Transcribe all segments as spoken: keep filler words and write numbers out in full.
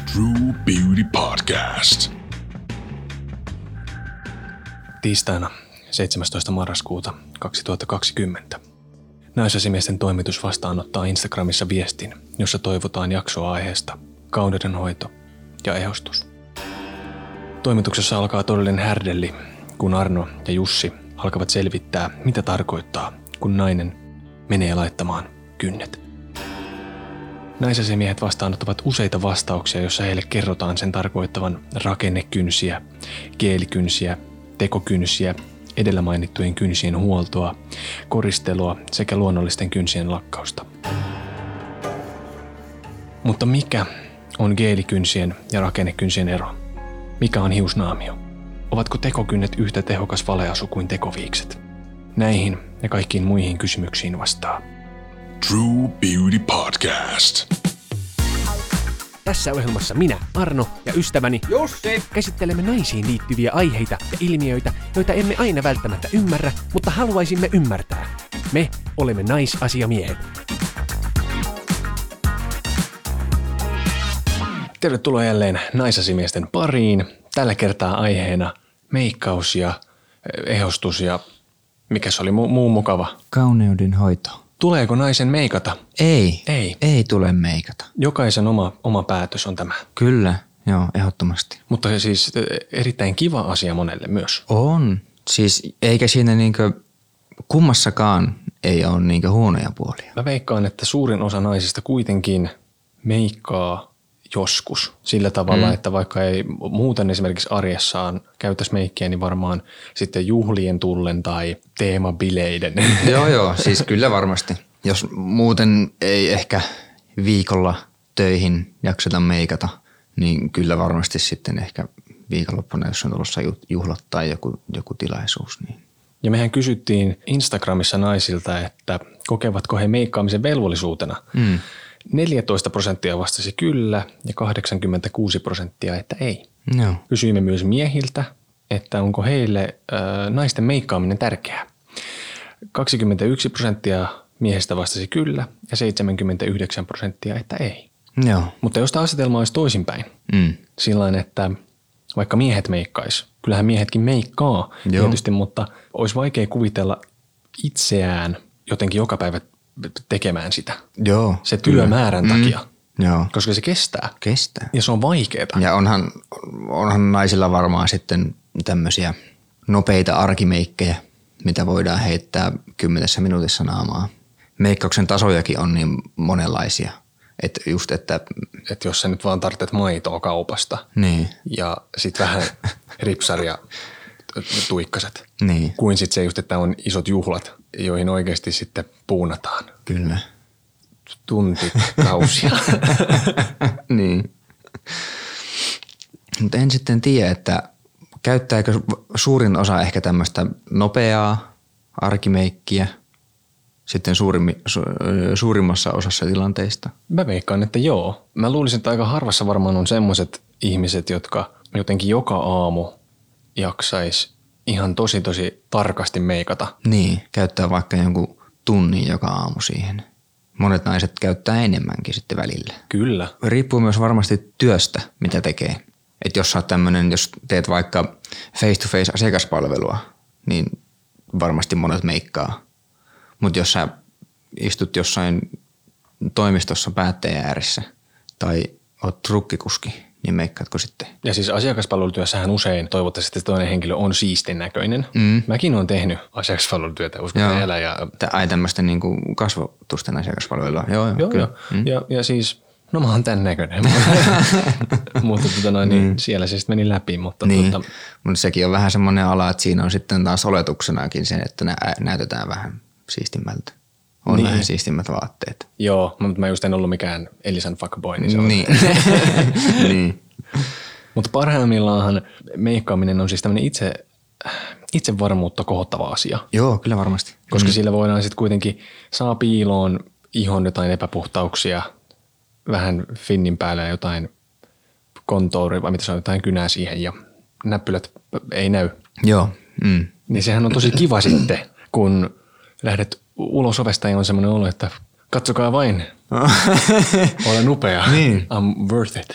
True Beauty Podcast. Tiistaina seitsemästoista marraskuuta kaksituhattakaksikymmentä. Naisasimiesten toimitus vastaanottaa Instagramissa viestin, jossa toivotaan jaksoa aiheesta kauneudenhoito ja ehostus. Toimituksessa alkaa todellinen härdelli, kun Arno ja Jussi alkavat selvittää, mitä tarkoittaa, kun nainen menee laittamaan kynnet. Naisasimiehet vastaanottavat useita vastauksia, joissa heille kerrotaan sen tarkoittavan rakennekynsiä, geelikynsiä, tekokynsiä, edellä mainittujen kynsien huoltoa, koristelua sekä luonnollisten kynsien lakkausta. Mutta mikä on geelikynsien ja rakennekynsien ero? Mikä on hiusnaamio? Ovatko tekokynnet yhtä tehokas valeasu kuin tekoviikset? Näihin ja kaikkiin muihin kysymyksiin vastaa True Beauty Podcast. Tässä ohjelmassa minä, Arno ja ystäväni Jussi käsittelemme naisiin liittyviä aiheita ja ilmiöitä, joita emme aina välttämättä ymmärrä, mutta haluaisimme ymmärtää. Me olemme naisasiamiehet. Tervetuloa jälleen naisasimiesten pariin. Tällä kertaa aiheena meikkaus ja ehostus ja mikä se oli muu, muu mukava? Kauneudenhoito. Tuleeko naisen meikata? Ei. Ei. Ei tule meikata. Jokaisen oma, oma päätös on tämä. Kyllä, joo, ehdottomasti. Mutta siis erittäin kiva asia monelle myös. On. Siis eikä siinä niinkö kummassakaan ei ole niinkö huonoja puolia. Mä veikkaan, että suurin osa naisista kuitenkin meikkaa joskus sillä tavalla, mm. että vaikka ei muuten esimerkiksi arjessaan käyttäisi meikkiä, niin varmaan sitten juhlien tullen tai teemabileiden. Joo, joo, siis kyllä varmasti. Jos muuten ei ehkä viikolla töihin jakseta meikata, niin kyllä varmasti sitten ehkä viikonloppuna, jos on tulossa juhlat tai joku, joku tilaisuus. Niin. Ja mehän kysyttiin Instagramissa naisilta, että kokevatko he meikkaamisen velvollisuutena. Mm. neljätoista prosenttia vastasi kyllä ja kahdeksankymmentäkuusi prosenttia, että ei. No. Kysyimme myös miehiltä, että onko heille äh, naisten meikkaaminen tärkeää. kaksikymmentäyksi prosenttia miehistä vastasi kyllä ja seitsemänkymmentäyhdeksän prosenttia, että ei. Joo. Mutta jos tämä asetelma olisi toisinpäin, mm. sillain, että vaikka miehet meikkais, kyllähän miehetkin meikkaa Joo. tietysti, mutta olisi vaikea kuvitella itseään jotenkin joka päivä tekemään sitä. Joo. Se työmäärän mm. takia. Joo. Koska se kestää. Kestää. Ja se on vaikeeta. Ja onhan, onhan naisilla varmaan sitten tämmöisiä nopeita arkimeikkejä, mitä voidaan heittää kymmenessä minuutissa naamaa. Meikkauksen tasojakin on niin monenlaisia. Että just, että... Että jos sä nyt vaan tarvitset maitoa kaupasta. Niin. Ja sit vähän ripsaria tuikkaset. Niin. Kuin sit se just, että on isot juhlat, joihin oikeasti sitten puunataan. Kyllä. Tuntikausia. Niin. Mutta en sitten tiedä, että käyttääkö suurin osa ehkä tämmöistä nopeaa arkimeikkiä sitten suurimmi, su, suurimmassa osassa tilanteista. Mä veikkaan, että joo. Mä luulisin, että aika harvassa varmaan on semmoiset ihmiset, jotka jotenkin joka aamu jaksais ihan tosi tosi tarkasti meikata. Niin, käyttää vaikka jonkun tunnin joka aamu siihen. Monet naiset käyttää enemmänkin sitten välillä. Kyllä. Riippuu myös varmasti työstä, mitä tekee. Että jos sä oot tämmönen, jos teet vaikka face-to-face asiakaspalvelua, niin varmasti monet meikkaa. Mutta jos sä istut jossain toimistossa päättäjän ääressä tai oot trukkikuski, niin meikkaatko sitten? Ja siis asiakaspalvelutyössähän usein toivottavasti, että toinen henkilö on siistin näköinen. Mm. Mäkin olen tehnyt asiakaspalvelutyötä, uskon vielä. Ja... Ai tämmöistä niinku kasvotusten asiakaspalvelua. Joo, joo, joo, kyllä. joo. Mm. Ja, ja siis, no mä oon tän näköinen. mutta tota noin, niin mm. siellä se sitten meni läpi. Mutta niin. tuota... Mut sekin on vähän semmoinen ala, että siinä on sitten taas oletuksenakin sen, että nä- näytetään vähän siistimmältä. On niin. Vähän siistimmät vaatteet. Joo, mutta mä just en ollut mikään Elisan fuckboy, niin se on. Niin. niin. Mutta parhaimmillaan meikkaaminen on siis tämmöinen itse, itsevarmuutta kohottava asia. Joo, kyllä varmasti. Koska mm. sillä voidaan sitten kuitenkin saa piiloon ihon jotain epäpuhtauksia, vähän finnin päällä jotain kontouria, vai mitä se on, jotain kynää siihen ja näppylät ei näy. Joo. Mm. Niin sehän on tosi kiva sitten, kun lähdet ulos ovesta ja on semmoinen olo, että katsokaa vain, Olen upea. Niin. I'm worth it.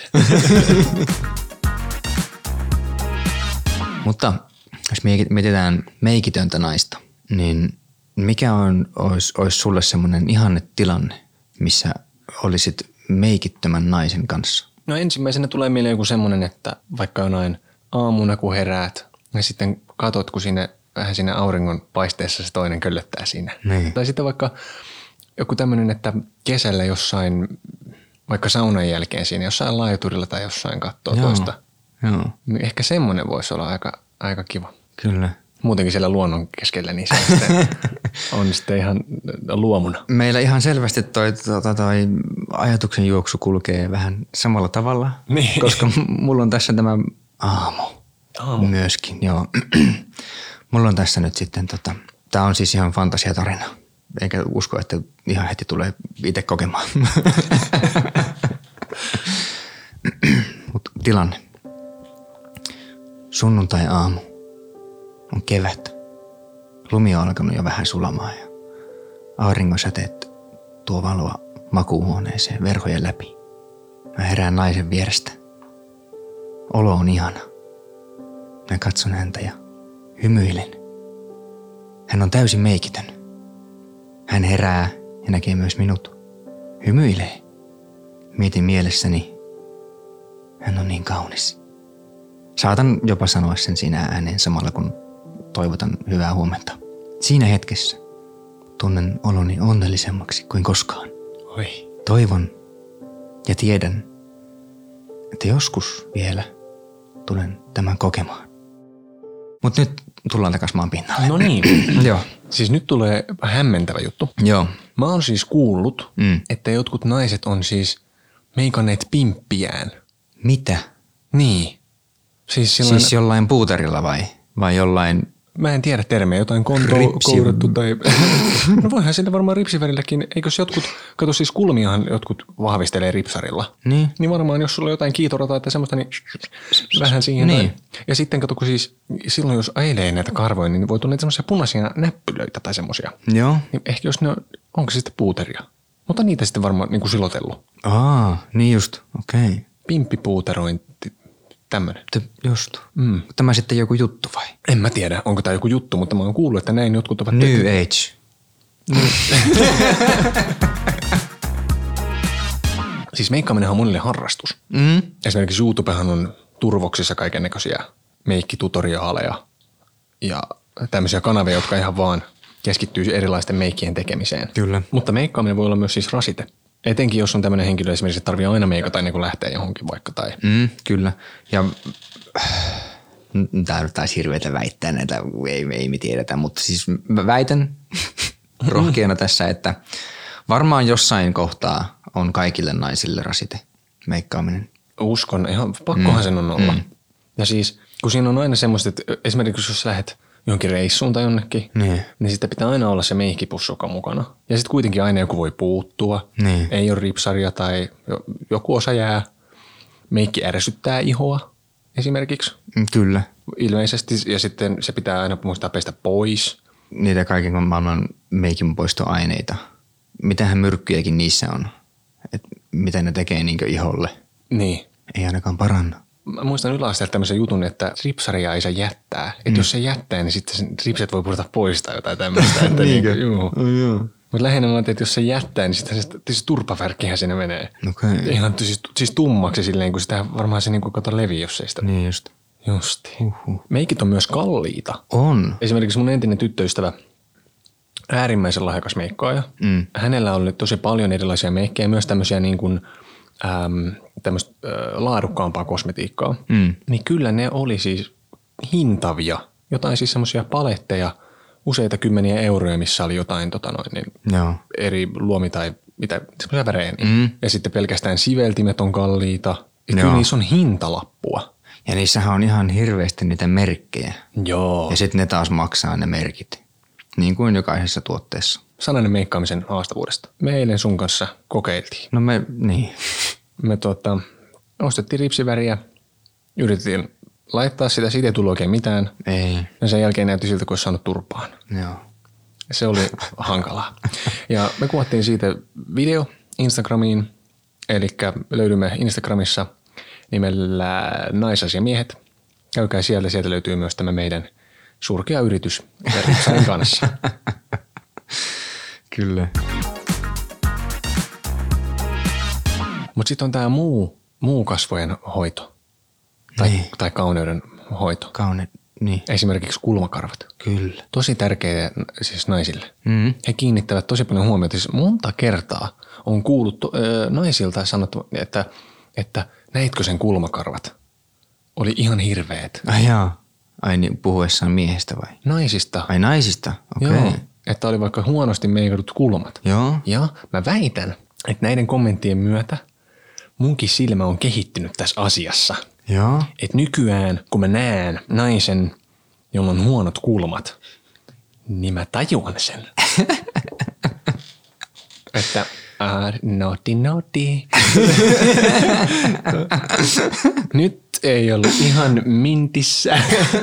Mutta jos mietitään meikitöntä naista, niin mikä on, olisi, olisi sulle semmoinen ihanne tilanne, missä olisit meikittömän naisen kanssa? No ensimmäisenä tulee mieleen joku semmoinen, että vaikka jonain aamuna kun heräät ja sitten katot, kun sinne, vähän siinä auringon paisteessa se toinen köllöttää siinä. Niin. Tai sitten vaikka joku tämmöinen, että kesällä jossain, vaikka saunan jälkeen siinä jossain laajuturilla tai jossain kattoo Joo. toista. Joo, Niin ehkä semmoinen voisi olla aika, aika kiva. kyllä. Muutenkin siellä luonnon keskellä, niin se on sitten, on sitten ihan luomuna. Meillä ihan selvästi toi, toi, toi ajatuksen juoksu kulkee vähän samalla tavalla, Niin. koska mulla on tässä tämä aamu, Aamu. myöskin. Joo. Mulla on tässä nyt sitten, tota, tää on siis ihan fantasiatarina, eikä usko, että ihan heti tulee itse kokemaan. Mutta tilanne. Sunnuntai-aamu. On kevät. Lumi on alkanut jo vähän sulamaan ja auringonsäteet tuo valoa makuuhuoneeseen verhojen läpi. Mä herään naisen vierestä. Olo on ihana. Mä katson häntä ja hymyilen. Hän on täysin meikitön. Hän herää ja näkee myös minut. Hymyilee. Mietin mielessäni. Hän on niin kaunis. Saatan jopa sanoa sen siinä ääneen samalla kun toivotan hyvää huomenta. Siinä hetkessä tunnen oloni onnellisemmaksi kuin koskaan. Oi. Toivon ja tiedän, että joskus vielä tulen tämän kokemaan. Mutta nyt tullaan takaisin maan pinnalle. No niin. Joo. Siis nyt tulee hämmentävä juttu. Joo. Mä oon siis kuullut, Mm. että jotkut naiset on siis meikanneet pimppiään. Mitä? Niin. Siis, silloin, Siis jollain puuterilla vai? Vai jollain... mä en tiedä termejä, jotain kontourattu tai... no voihan sille varmaan ripsivärilläkin, eikös jotkut, kato siis kulmiahan jotkut vahvistelee ripsarilla. Niin. Niin varmaan jos sulla on jotain kiitorataa tai semmoista, niin vähän siihen. Niin. Tai... Ja sitten kato, kun siis silloin jos ajelee näitä karvoja, niin voi tulla semmoisia punaisia näppylöitä tai semmoisia. Joo. Niin ehkä jos ne on, onko se sitten puuteria? Mutta niitä sitten varmaan niin kuin silotellut. Aa, niin just. Okei. Okay. Pimppipuuterointi, tämmönen. Just. Mm. Tämä sitten joku juttu vai? En mä tiedä, onko tämä joku juttu, mutta mä oon kuullut, että näin jotkut ovat... New tehneet. Age. Siis meikkaaminenhan on monille harrastus. Mm. Esimerkiksi YouTubehan on turvoksissa kaikennäköisiä meikkitutoriaaleja ja tämmöisiä kanavia, jotka ihan vaan keskittyy erilaisten meikkien tekemiseen. Kyllä. Mutta meikkaaminen voi olla myös siis rasite. Etenkin jos on tämmöinen henkilö esimerkiksi, että tarvii aina meikata ennen kuin lähtee johonkin vaikka tai... Mm, kyllä. Ja tämä taisi hirveätä väittää näitä, ei, ei me tiedetä, mutta siis mä väitän rohkeana tässä, että varmaan jossain kohtaa on kaikille naisille rasite meikkaaminen. Uskon, ihan pakkohan mm. sen on olla. Mm. Ja siis, kun siinä on aina semmoista, että esimerkiksi jos lähdet johonkin reissuun tai jonnekin, Niin. niin sitten pitää aina olla se meikkipussukka mukana. Ja sitten kuitenkin aina joku voi puuttua. Niin. Ei ole ripsaria tai joku osa jää. Meikki ärsyttää ihoa esimerkiksi Mm, Kyllä. ilmeisesti. Ja sitten se pitää aina muistaa pestä pois. Niitä kaiken maailman meikin poistoaineita. Mitähän myrkkyjäkin niissä on? Et mitä ne tekee niinkö iholle? Niin. Ei ainakaan paranna. Mä muistan yläasteelta tämmöisen jutun, että ripsaria ei saa jättää. Että mm. jos se jättää, niin sitten sen ripset voi purta pois tai jotain tämmöistä. Että Niinkö? Niin, juu. Oh, joo. Mutta lähinnä mä ajattelin, että jos se jättää, niin sitten se siis turpavärkkihän sinne menee. Okei. Ihan siis, siis tummaksi silleen, kun sitä varmaan se niin kuin kato levi, jos ei sitä. Niin just. Justi. Uhuh. Meikit on myös kalliita. On. Esimerkiksi mun entinen tyttöystävä, äärimmäisen lahjakas meikkaaja. Mm. Hänellä oli tosi paljon erilaisia meikkejä, myös tämmöisiä niin kuin, äm, tämmöistä äh, laadukkaampaa kosmetiikkaa. Mm. Niin kyllä ne oli siis hintavia. Jotain siis semmoisia paletteja, useita kymmeniä euroja, missä oli jotain tota noin, niin Joo. eri luomi- tai mitä, semmoisia värejä. Niin. Mm. Ja sitten pelkästään siveltimet on kalliita. Ja kyllä Joo. niissä on hintalappua. Ja niissähän on ihan hirveästi niitä merkkejä. Joo. Ja sitten ne taas maksaa ne merkit. Niin kuin jokaisessa tuotteessa. Sananen meikkaamisen haastavuudesta. Me eilen sun kanssa kokeiltiin. No me, niin. Me tuota, ostettiin ripsiväriä, yritettiin laittaa sitä, siitä ei tullut oikein mitään. Ei. Ja sen jälkeen näytti siltä, kun olisi saanut turpaan. Joo. Se oli hankalaa. Ja me kuvattiin siitä video Instagramiin, eli löydymme Instagramissa nimellä Naisasiamiehet. Käykää sieltä, sieltä löytyy myös tämä meidän surkea yritys Ripsarin kanssa. Kyllä. Mutta sitten on tämä muu, muu kasvojen hoito tai, Niin. tai kauneuden hoito. Kaune, niin. Esimerkiksi kulmakarvat. Kyllä. Tosi tärkeitä siis naisille. Mm. He kiinnittävät tosi paljon huomiota. Siis monta kertaa on kuullut ö, naisilta sanottu, että, että näitkö sen kulmakarvat? Oli ihan hirveet. Ai jaa. Ai niin, puhuessaan miehestä vai? Naisista. Ai naisista? Okei. Joo. Okay. Että oli vaikka huonosti meikatut kulmat. Joo. Ja mä väitän, että näiden kommenttien myötä munkin silmä on kehittynyt tässä asiassa. Joo. Että nykyään, kun mä näen naisen, jolla on huonot kulmat, niin mä tajuan sen. Että uh, naughty naughty. Nyt ei ollut ihan mintissä.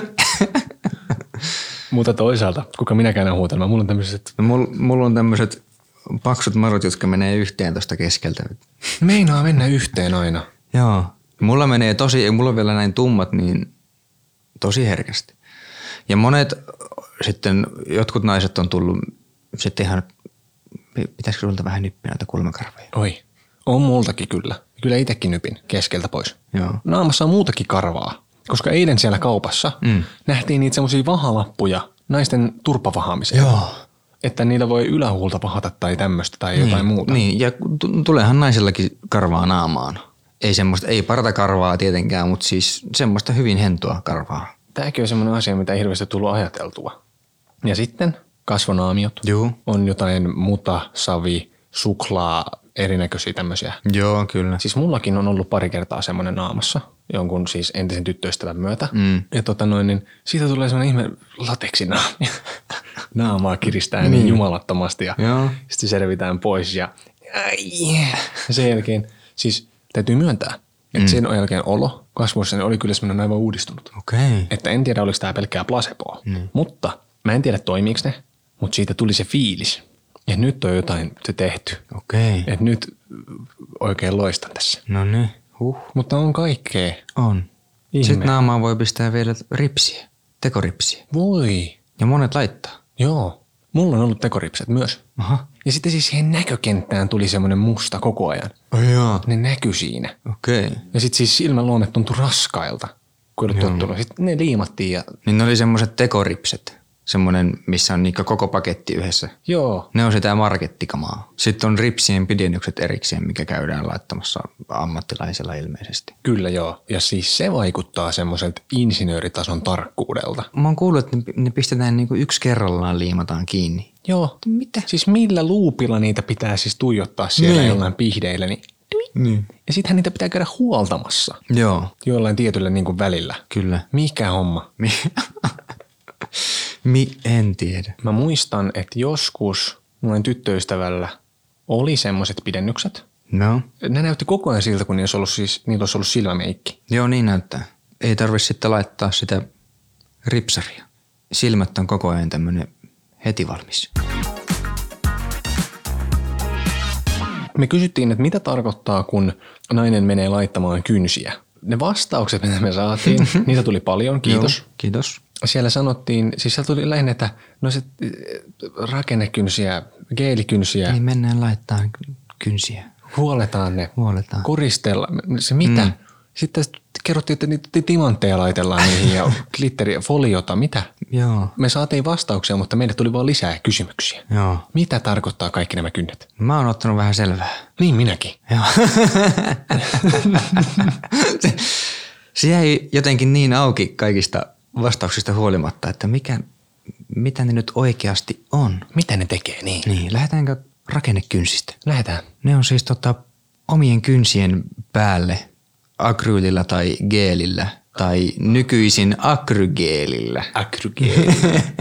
Mutta toisaalta, kuka minäkään en huutelma, mulla on tämmöiset... No, mulla, mulla on tämmöiset paksut marut, jotka menee yhteen tosta keskeltä. Meinaa mennä yhteen aina. Joo. Mulla menee tosi, mulla on vielä näin tummat, niin tosi herkästi. Ja monet sitten, jotkut naiset on tullut sitten ihan, pitäisikö sulta vähän nyppiä näitä kulmakarvoja? Oi, on multakin kyllä. Kyllä itsekin nypin keskeltä pois. Joo. Naamassa on muutakin karvaa, koska eilen siellä kaupassa mm. nähtiin niitä semmosia vahalappuja naisten turpavahaamiseen. Joo. Että niillä voi ylähuulta vahata tai tämmöistä tai niin, jotain muuta. Niin, ja t- tuleehan naisillakin karvaa naamaan. Ei semmoista, ei partakarvaa tietenkään, mutta siis semmoista hyvin hentoa karvaa. Tämäkin on semmoinen asia, mitä ei hirveästi tullut ajateltua. Ja sitten kasvonaamiot. Joo. On jotain muta, savi, suklaa, erinäköisiä tämmöisiä. Joo, kyllä. Siis mullakin on ollut pari kertaa semmoinen naamassa, jonkun siis entisen tyttöystävän myötä. Mm. Ja tota noin, niin siitä tulee semmoinen ihme lateksinaami. Naamaa kiristää niin jumalattomasti ja Joo. sitten selvitään pois. Ja, ja sen jälkeen, siis täytyy myöntää, että mm. sen jälkeen olo kasvoissa oli kyllä semmoinen aivan uudistunut. Okei. Okay. Että en tiedä, oliko tämä pelkkää placeboa. Mm. Mutta mä en tiedä, toimiiko ne, mutta siitä tuli se fiilis. Ja nyt on jotain se tehty. Okei. Okay. Että nyt oikein loistan tässä. No niin, huh. Mutta on kaikkea. On. Ihme. Sitten naamaan voi pistää vielä ripsiä, tekoripsiä. Voi. Ja monet laittaa. Joo. Mulla on ollut tekoripset myös. Aha. Ja sitten siis siihen näkökenttään tuli semmoinen musta koko ajan. Ai jaa. Ne näkyi siinä. Okei. Okay. Ja sitten siis silmäluomet tuntui raskailta, kun ei ollut tottunut. Sitten ne liimattiin ja... Niin ne oli semmoiset tekoripset. Semmoinen, missä on niikka koko paketti yhdessä. Joo. Ne on sitä markettikamaa. Sitten on ripsien pidennykset erikseen, mikä käydään laittamassa ammattilaisilla ilmeisesti. Kyllä joo. Ja siis se vaikuttaa semmoiselta insinööritason tarkkuudelta. Mä oon kuullut, että ne pistetään niinku yksi kerrallaan liimataan kiinni. Joo. Mitä? Siis millä luupilla niitä pitää siis tuijottaa siellä Niin. jollain pihdeillä, niin... Niin. Ja sittenhän niitä pitää käydä huoltamassa. Joo, Jollain tietyllä niin kuin välillä. kyllä. Mikä homma? Mi, Mi en tiedä. Mä muistan, että joskus noin tyttöystävällä oli semmoiset pidennykset. No, Ne näytti koko ajan siltä, kun niillä olisi ollut, siis, niillä olisi ollut silmämeikki. joo niin näyttää. Ei tarvitse sitten laittaa sitä ripsaria. Silmät on koko ajan tämmönen heti valmis. Me kysyttiin, että mitä tarkoittaa, kun nainen menee laittamaan kynsiä. Ne vastaukset, mitä me saatiin, niitä tuli paljon, kiitos. Joo, kiitos. Siellä sanottiin, siis siellä tuli lähinnä, että no se rakennekynsiä, geelikynsiä, Niin mennään laittaa kynsiä. huoletaan ne, Huoletaan. koristella, se mitä? Mm. Sitten kerrottiin, että niitä timantteja laitellaan niihin ja glitteriä, foliota, mitä? Joo, Me saatiin vastauksia, mutta meille tuli vaan lisää kysymyksiä. joo. Mitä tarkoittaa kaikki nämä kynnet? Mä oon ottanut vähän selvää. Niin minäkin. Joo. se, se jäi jotenkin niin auki kaikista vastauksista huolimatta, että mikä, mitä ne nyt oikeasti on. Mitä ne tekee niin? Niin, lähdetäänkö rakennekynsistä? Lähdetään. Ne on siis tota, omien kynsien päälle akryylillä tai geelillä tai nykyisin akrygeelillä Akrygeeli.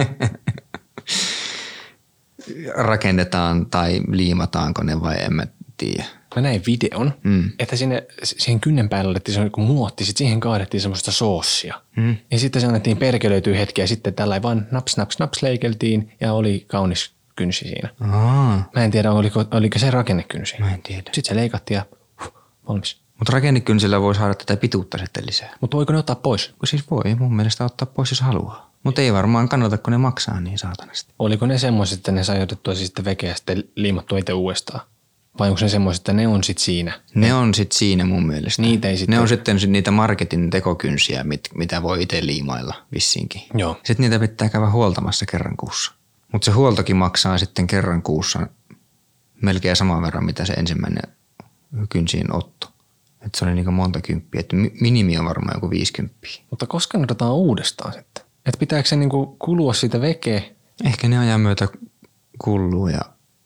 rakennetaan tai liimataanko ne vai en mä tiedä. Mä näin videon, Mm. että sinne, siihen kynnen päälle otettiin se joku muotti, sitten siihen kaadettiin semmoista soossia. Ja sitten se annettiin perkelöityä hetki ja sitten tällä vaan naps, naps, naps leikeltiin ja oli kaunis kynsi siinä. Aa, Mä en tiedä, oliko, oliko se rakennekynsi. mä en tiedä. Sitten se leikattiin ja huh, valmis. Mutta rakennekynsillä voi saada tätä pituutta sitten lisää. Mutta voiko ne ottaa pois? Kun siis voi mun mielestä ottaa pois, jos haluaa. Mutta ei varmaan kannata, kun ne maksaa niin saatanasti. Oliko ne semmoiset, että ne sai otettua siis sitten vekeä ja sitten liimattua itse uudestaan? Vai onko ne semmoiset, että ne on sitten siinä? Ne on sitten siinä mun mielestä. Niitä ei sitten- Ne on sitten sit niitä marketin tekokynsiä, mit, mitä voi itse liimailla vissiinkin. Joo. Sitten niitä pitää käydä huoltamassa kerran kuussa. Mutta se huoltokin maksaa sitten kerran kuussa melkein saman verran, mitä se ensimmäinen kynsiin otto. Et se oli niinku monta kymppiä. Et mi- minimi on varmaan joku viisikymppiä. Mutta koska ne otetaan uudestaan sitten? Että pitääkö se niinku kulua siitä vekeä? Ehkä ne ajan myötä kulluu ja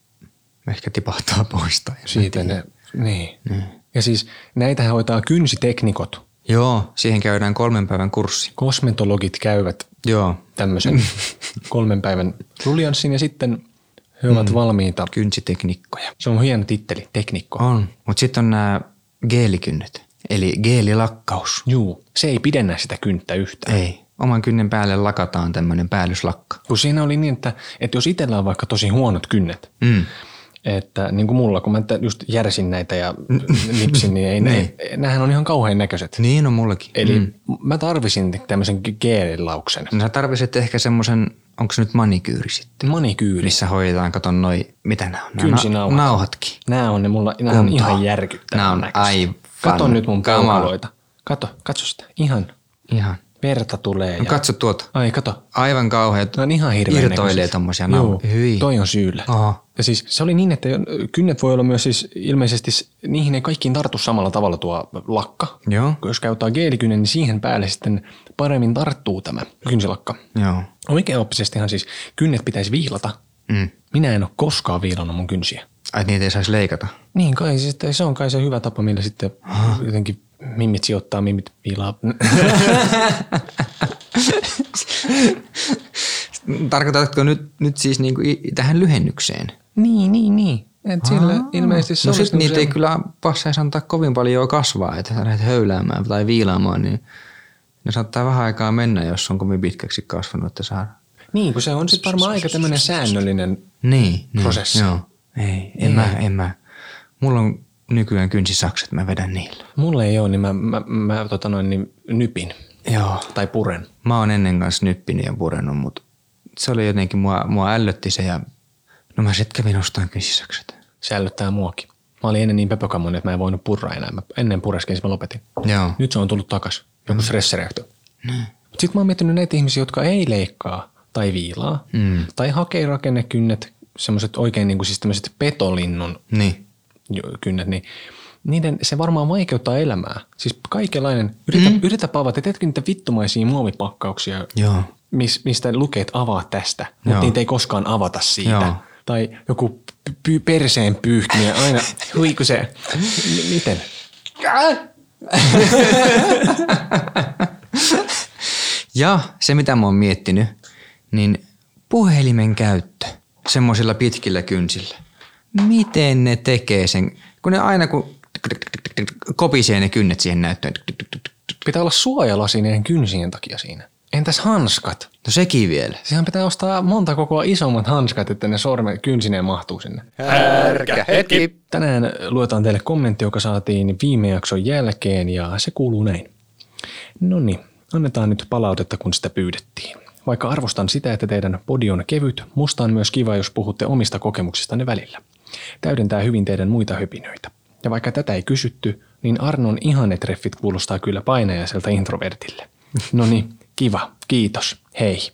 ehkä tipahtaa pois. Tai en Siitä tiedä. ne, niin. niin. Ja siis näitähän hoitaa kynsiteknikot. Joo, siihen käydään kolmen päivän kurssi. Kosmetologit käyvät Joo, tämmöisen kolmen päivän ruljanssin ja sitten he ovat mm. valmiita. kynsiteknikkoja. Se on hieno titteli, teknikko. On, mutta sitten on nämä geelikynnet, eli geelilakkaus. Juu, se ei pidennä sitä kynttä yhtään. Ei, oman kynnen päälle lakataan tämmöinen päällyslakka. Kun siinä oli niin, että, että jos itsellä on vaikka tosi huonot kynnet, Mm. että niin kuin mulla, kun mä just järsin näitä ja nipsin, niin ei ne, nämähän on ihan kauhean näköiset. Niin on mullakin. Eli Mm. mä tarvisin tämmöisen geelilauksen. No sä tarvitset ehkä semmoisen, onko se nyt manikyyri sitten? Manikyyri. Missä hoidetaan, kato noi, mitä nämä on? Nää Kynsinauhat. na- Nauhatkin. Nämä on ne mulla, nämä on Kuntoa. ihan järkyttävän Nämä on näköisiä. aivan Kato nyt mun kamala. peukaloita. Kato, katso sitä. Ihan Ihan. verta tulee. No ja... katso tuota. Ai kato. Aivan kauheat. Ne on ihan hirveän Irtoilee näköisiä. tommosia Joo, nauhoja. Hyi. toi on syyllä. Oho. Ja siis se oli niin, että kynnet voi olla myös siis ilmeisesti, niihin ei kaikkiin tartu samalla tavalla tuo lakka. Joo. Jos käyttää geelikynnen, niin siihen päälle sitten paremmin tarttuu tämä kynsilakka. Joo. Oikeaoppisestihan siis kynnet pitäisi viilata. Mm. Minä en ole koskaan viilannut mun kynsiä. Ai niitä ei saisi leikata. Niin kai, siis se on kai se hyvä tapa, millä sitten jotenkin mimmit sijoittaa, mimmit viilaa. Tarkoitatko nyt, nyt siis niinku i- tähän lyhennykseen? niin, niin, niin. Et sillä ilmeisesti se No olisi sit niitä se- ei kyllä passaisi antaa kovin paljon kasvaa, että sä lähdet höyläämään tai viilaamaan, niin ne saattaa vähän aikaa mennä, jos on kovin pitkäksi kasvanut, että saadaan. Niin, kun se on sitten varmaan aika tämmöinen säännöllinen. Niin, niin Prosessi. Joo. Ei, en mä, en mä. Mulla on nykyään kynsisakset, mä vedän niillä. Mulla ei ole, niin mä, mä, mä tota noin, niin nypin Joo. tai puren. Mä oon ennen kanssa nyppini ja purenut, mutta se oli jotenkin, mua, mua ällötti se ja no mä sit kävin ostamaan kynsisakset. Se ällöttää muakin. Mä olin ennen niin pöpökammoinen, että mä en voinut purra enää. Mä ennen pureskin, mä lopetin. Joo. Nyt se on tullut takas. Joku mm. stressireaktio. Mm. Sitten mä oon miettinyt näitä ihmisiä, jotka ei leikkaa tai viilaa. Mm. Tai hakee rakennekynnet, semmoiset oikein niin kuin siis tämmöiset petolinnun Niin. jo- kynnet, niin niiden se varmaan vaikeuttaa elämää. Siis kaikenlainen, yritä, mm. yritä paavata, teetkö niitä vittumaisia muovipakkauksia, Joo. mis, mistä lukee, että avaa tästä, mutta Joo. niitä ei koskaan avata siitä. Joo. Tai joku py- perseen pyyhkiminen aina, hui kun se, M- miten? Ja se, mitä mä oon miettinyt, niin puhelimen käyttö semmoisilla pitkillä kynsillä. Miten ne tekee sen, kun ne aina kun kopisee ne kynnet siihen näyttöön. Pitää olla suojalasi niiden kynsien takia siinä. Entäs hanskat? No sekin vielä. Sehän pitää ostaa monta kokoa isommat hanskat, että ne sormen kynsineen mahtuu sinne. Härkä hetki. Tänään luetaan teille kommentti, joka saatiin viime jakson jälkeen ja se kuuluu näin. No niin, annetaan nyt palautetta, kun sitä pyydettiin. Vaikka arvostan sitä, että teidän podi on kevyt, musta on myös kiva, jos puhutte omista kokemuksistanne välillä. Täydentää hyvin teidän muita höpinöitä. Ja vaikka tätä ei kysytty, niin Arnon ihanetreffit kuulostaa kyllä painajaiselta introvertille. No niin, kiva, kiitos, hei.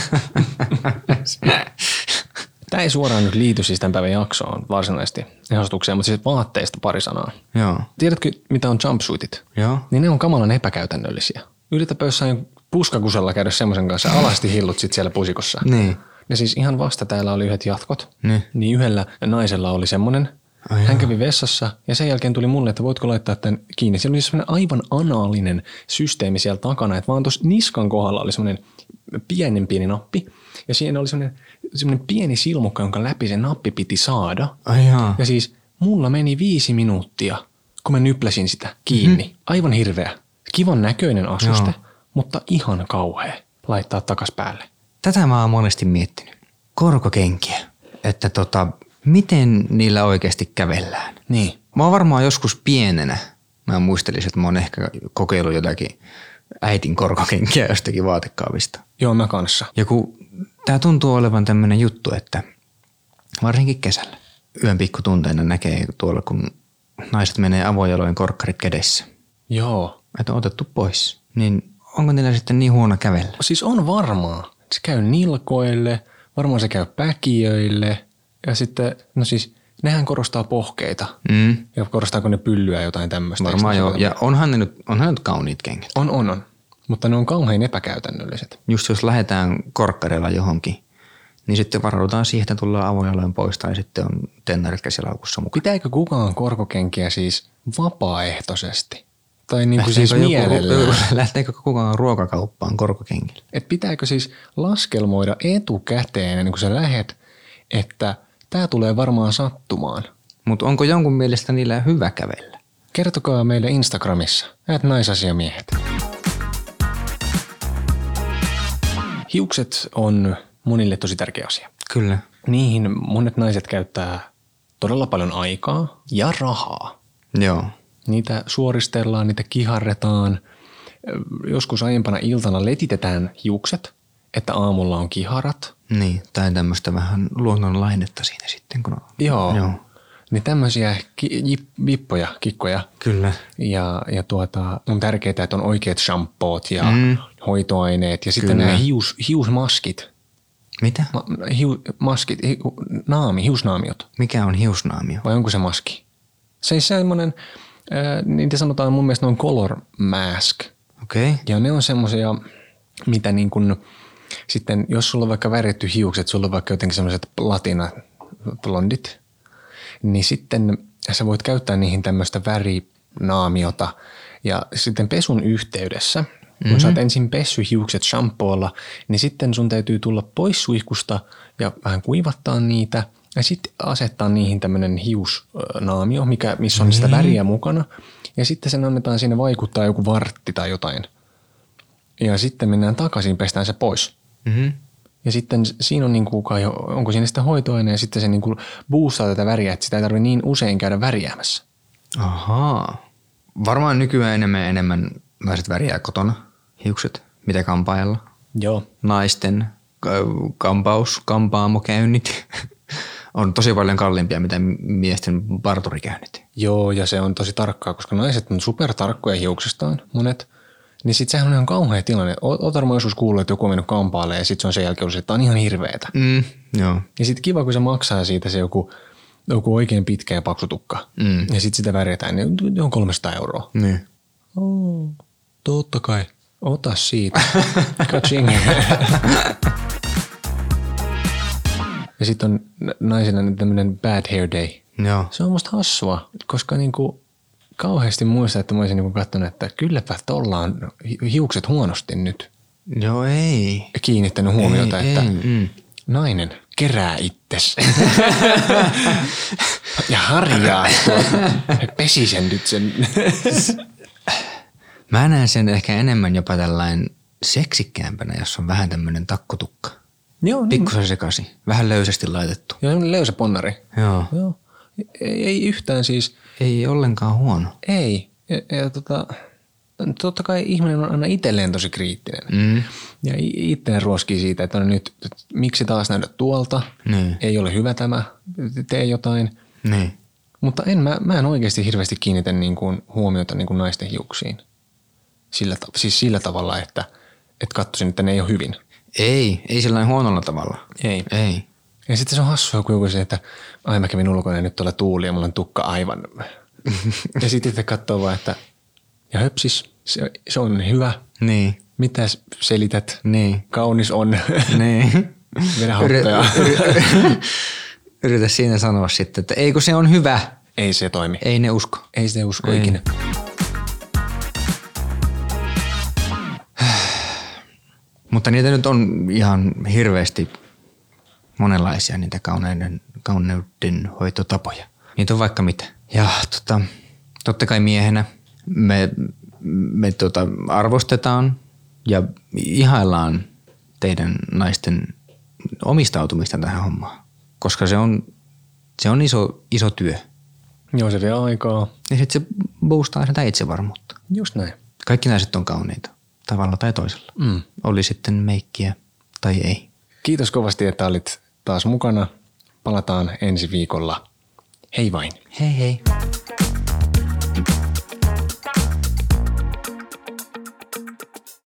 Tämä ei suoraan nyt liity siis tämän päivän jaksoon varsinaisesti ehdotukseen, mutta siis vaatteista pari sanaa. Joo. Tiedätkö, mitä on jumpsuitit? Joo. Niin ne on kamalan epäkäytännöllisiä. Yritäpä jossain puskakusella käydä semmoisen kanssa ja alasti hillut sit siellä pusikossa. Niin. Ja siis ihan vasta täällä oli yhdet jatkot. Niin. Niin yhdellä naisella oli semmoinen. Ai Hän jaa. kävi vessassa ja sen jälkeen tuli mulle, että voitko laittaa tämän kiinni. Siellä oli semmoinen aivan anaalinen systeemi siellä takana, että vaan tuossa niskan kohdalla oli semmoinen pienen pieni nappi. Ja siinä oli semmoinen, semmoinen pieni silmukka, jonka läpi se nappi piti saada. Ai jaa. Ja siis mulla meni viisi minuuttia, kun mä nypläsin sitä kiinni. Mm-hmm. Aivan hirveä. Kivan näköinen asuste, Joo. mutta ihan kauhea laittaa takas päälle. Tätä mä oon monesti miettinyt. Korkokenkiä. että tota, miten niillä oikeasti kävellään. Niin. Mä oon varmaan joskus pienenä, mä muistelisin, että mä oon ehkä kokeillut jotakin äitin korkokenkiä jostakin vaatekaavista. Joo, mä kanssa. Ja kun tää tuntuu olevan tämmönen juttu, että varsinkin kesällä yön pikkutunteina näkee tuolla, kun naiset menee avojaloin korkkarit kädessä. Joo. Että on otettu pois. Niin onko niillä sitten niin huono kävellä? Siis on varmaa. Se käy nilkoille, varmaan se käy päkiöille ja sitten, no siis nehän korostaa pohkeita. Mm. Ja korostaako ne pyllyä jotain tämmöistä? Varmaan joo. Ja onhan ne nyt, onhan ne nyt kauniit kengät. On, on, on. Mutta ne on kauhean epäkäytännölliset. Just jos lähdetään korkkareilla johonkin, niin sitten varaudutaan siihen, että tullaan avojaloin pois tai sitten on tennarit käsilaukussa mukaan. Pitääkö kukaan korkokenkiä siis vapaaehtoisesti? Tai niin kuin siis mielellään? Lähteekö kukaan ruokakauppaan korkokenkillä? Et pitääkö siis laskelmoida etukäteen, ennen kuin sä lähet, että tää tulee varmaan sattumaan? Mutta onko jonkun mielestä niillä hyvä kävellä? Kertokaa meille Instagramissa, et naisasiamiehet. Hiukset on monille tosi tärkeä asia. Kyllä. Niihin monet naiset käyttää todella paljon aikaa ja rahaa. Joo. Niitä suoristellaan, niitä kiharretaan. Joskus aiempana iltana letitetään hiukset, että aamulla on kiharat. Niin, tai tämmöistä vähän luonnonlainetta siinä sitten. Kun on. Joo. Joo. Niin tämmöisiä ki- jip- vippoja, kikkoja. Kyllä. Ja, ja tuota, on tärkeää, että on oikeat shampoot ja Mm. hoitoaineet. Ja sitten Kyllä. nämä hius, hiusmaskit. Mitä? Ma, hiu, maskit, hi, naami, hiusnaamiot. Mikä on hiusnaamio? Vai onko se maski? Se on semmoinen, äh, niitä sanotaan mun mielestä noin color mask. Okei. Okay. Ja ne on semmoisia, mitä niin kuin, sitten jos sulla on vaikka väritty hiukset, sulla on vaikka jotenkin semmoiset platina blondit, niin sitten sä voit käyttää niihin tämmöistä värinaamiota ja sitten pesun yhteydessä, kun mm-hmm. sä oot ensin pessy hiukset shampoolla, niin sitten sun täytyy tulla pois suihkusta ja vähän kuivattaa niitä ja sitten asettaa niihin tämmöinen hiusnaamio, mikä, missä on mm-hmm. sitä väriä mukana ja sitten sen annetaan siinä vaikuttaa joku vartti tai jotain ja sitten mennään takaisin, pestään se pois. Mm-hmm. Ja sitten siinä on, niin kuin, onko siinä sitä hoitoaine ja sitten se niin kuin boostaa tätä väriä, että sitä ei tarvitse niin usein käydä värjäämässä. Ahaa. Varmaan nykyään enemmän ja enemmän naiset värjää kotona hiukset, mitä kampaajalla. Joo. Naisten kampaus, kampaamokäynnit on tosi paljon kalliimpia, mitä miesten parturikäynnit. Joo, ja se on tosi tarkkaa, koska naiset on supertarkkoja hiuksistaan, monet. Niin sit sehän on ihan kauhea tilanne. Oot varmaan joskus kuullut, että joku on mennyt kampaalle ja sit se on sen jälkeen ollut, että tää on ihan hirveetä. Mm, joo. Ja sit kiva, kun se maksaa siitä se joku, joku oikein pitkä ja paksu tukka. Mm. Ja sit sitä värjätään, niin on kolmesataa euroa. Niin. Oh, totta kai. Ota siitä. Kaching. Ja sit on naisena tämmönen bad hair day. Joo. Se on musta hassua, koska niinku kauheasti muista, että mä olisin niinku katsonut, että kylläpä tolla on hiukset huonosti nyt. Joo, ei. Kiinnittänyt huomiota, ei, että ei, mm. nainen kerää itses. Ja harjaa tuota. Pesi sen nyt sen. Mä näen sen ehkä enemmän jopa tällainen seksikkäämpänä, jos on vähän tämmönen takkotukka. Joo, niin. Pikkusen sekaisin. Vähän löysästi laitettu. Joo, löysä ponnari. Joo. Joo. Ei, ei yhtään siis. Ei ollenkaan huono. Ei. Ja, ja tota, totta kai ihminen on aina itselleen tosi kriittinen. Mm. Ja itselleen ruoskii siitä, että no nyt, että miksi taas näytät tuolta? Niin. Ei ole hyvä tämä, tee jotain. Niin. Mutta en, mä, mä en oikeasti hirveästi kiinnitä niin kuin huomiota niin kuin naisten hiuksiin. Sillä, siis sillä tavalla, että, että katsoisin, että ne ei ole hyvin. Ei, ei sellainen huonolla tavalla. Ei. Ei. Ja sitten se on hassua, kun joku se, että ai mä kävin ulkona ja nyt tuolla tuuli ja mulla on tukka aivan. Ja sitten itse katsoo vaan, että ja höpsis, se, se on hyvä. Niin. Mitä selität? Niin. Kaunis on. Niin. Vedä happea. Yritä siinä sanoa sitten, että ei kun se on hyvä. Ei se toimi. Ei ne usko. Ei se usko Ei. ikinä. Mutta niitä nyt on ihan hirveästi monenlaisia niitä kauneuden, kauneuden hoitotapoja. Niitä on vaikka mitä. Ja tota, totta kai miehenä me, me tota, arvostetaan ja ihaillaan teidän naisten omistautumista tähän hommaan. koska se on, se on iso, iso työ. Joo, se vie aikaa. Ja sitten se boostaa sitä itsevarmuutta. Just näin. Kaikki naiset on kauniita, tavalla tai toisella. Mm. Oli sitten meikkiä tai ei. Kiitos kovasti, että olit taas mukana. Palataan ensi viikolla. Hei vain. Hei hei.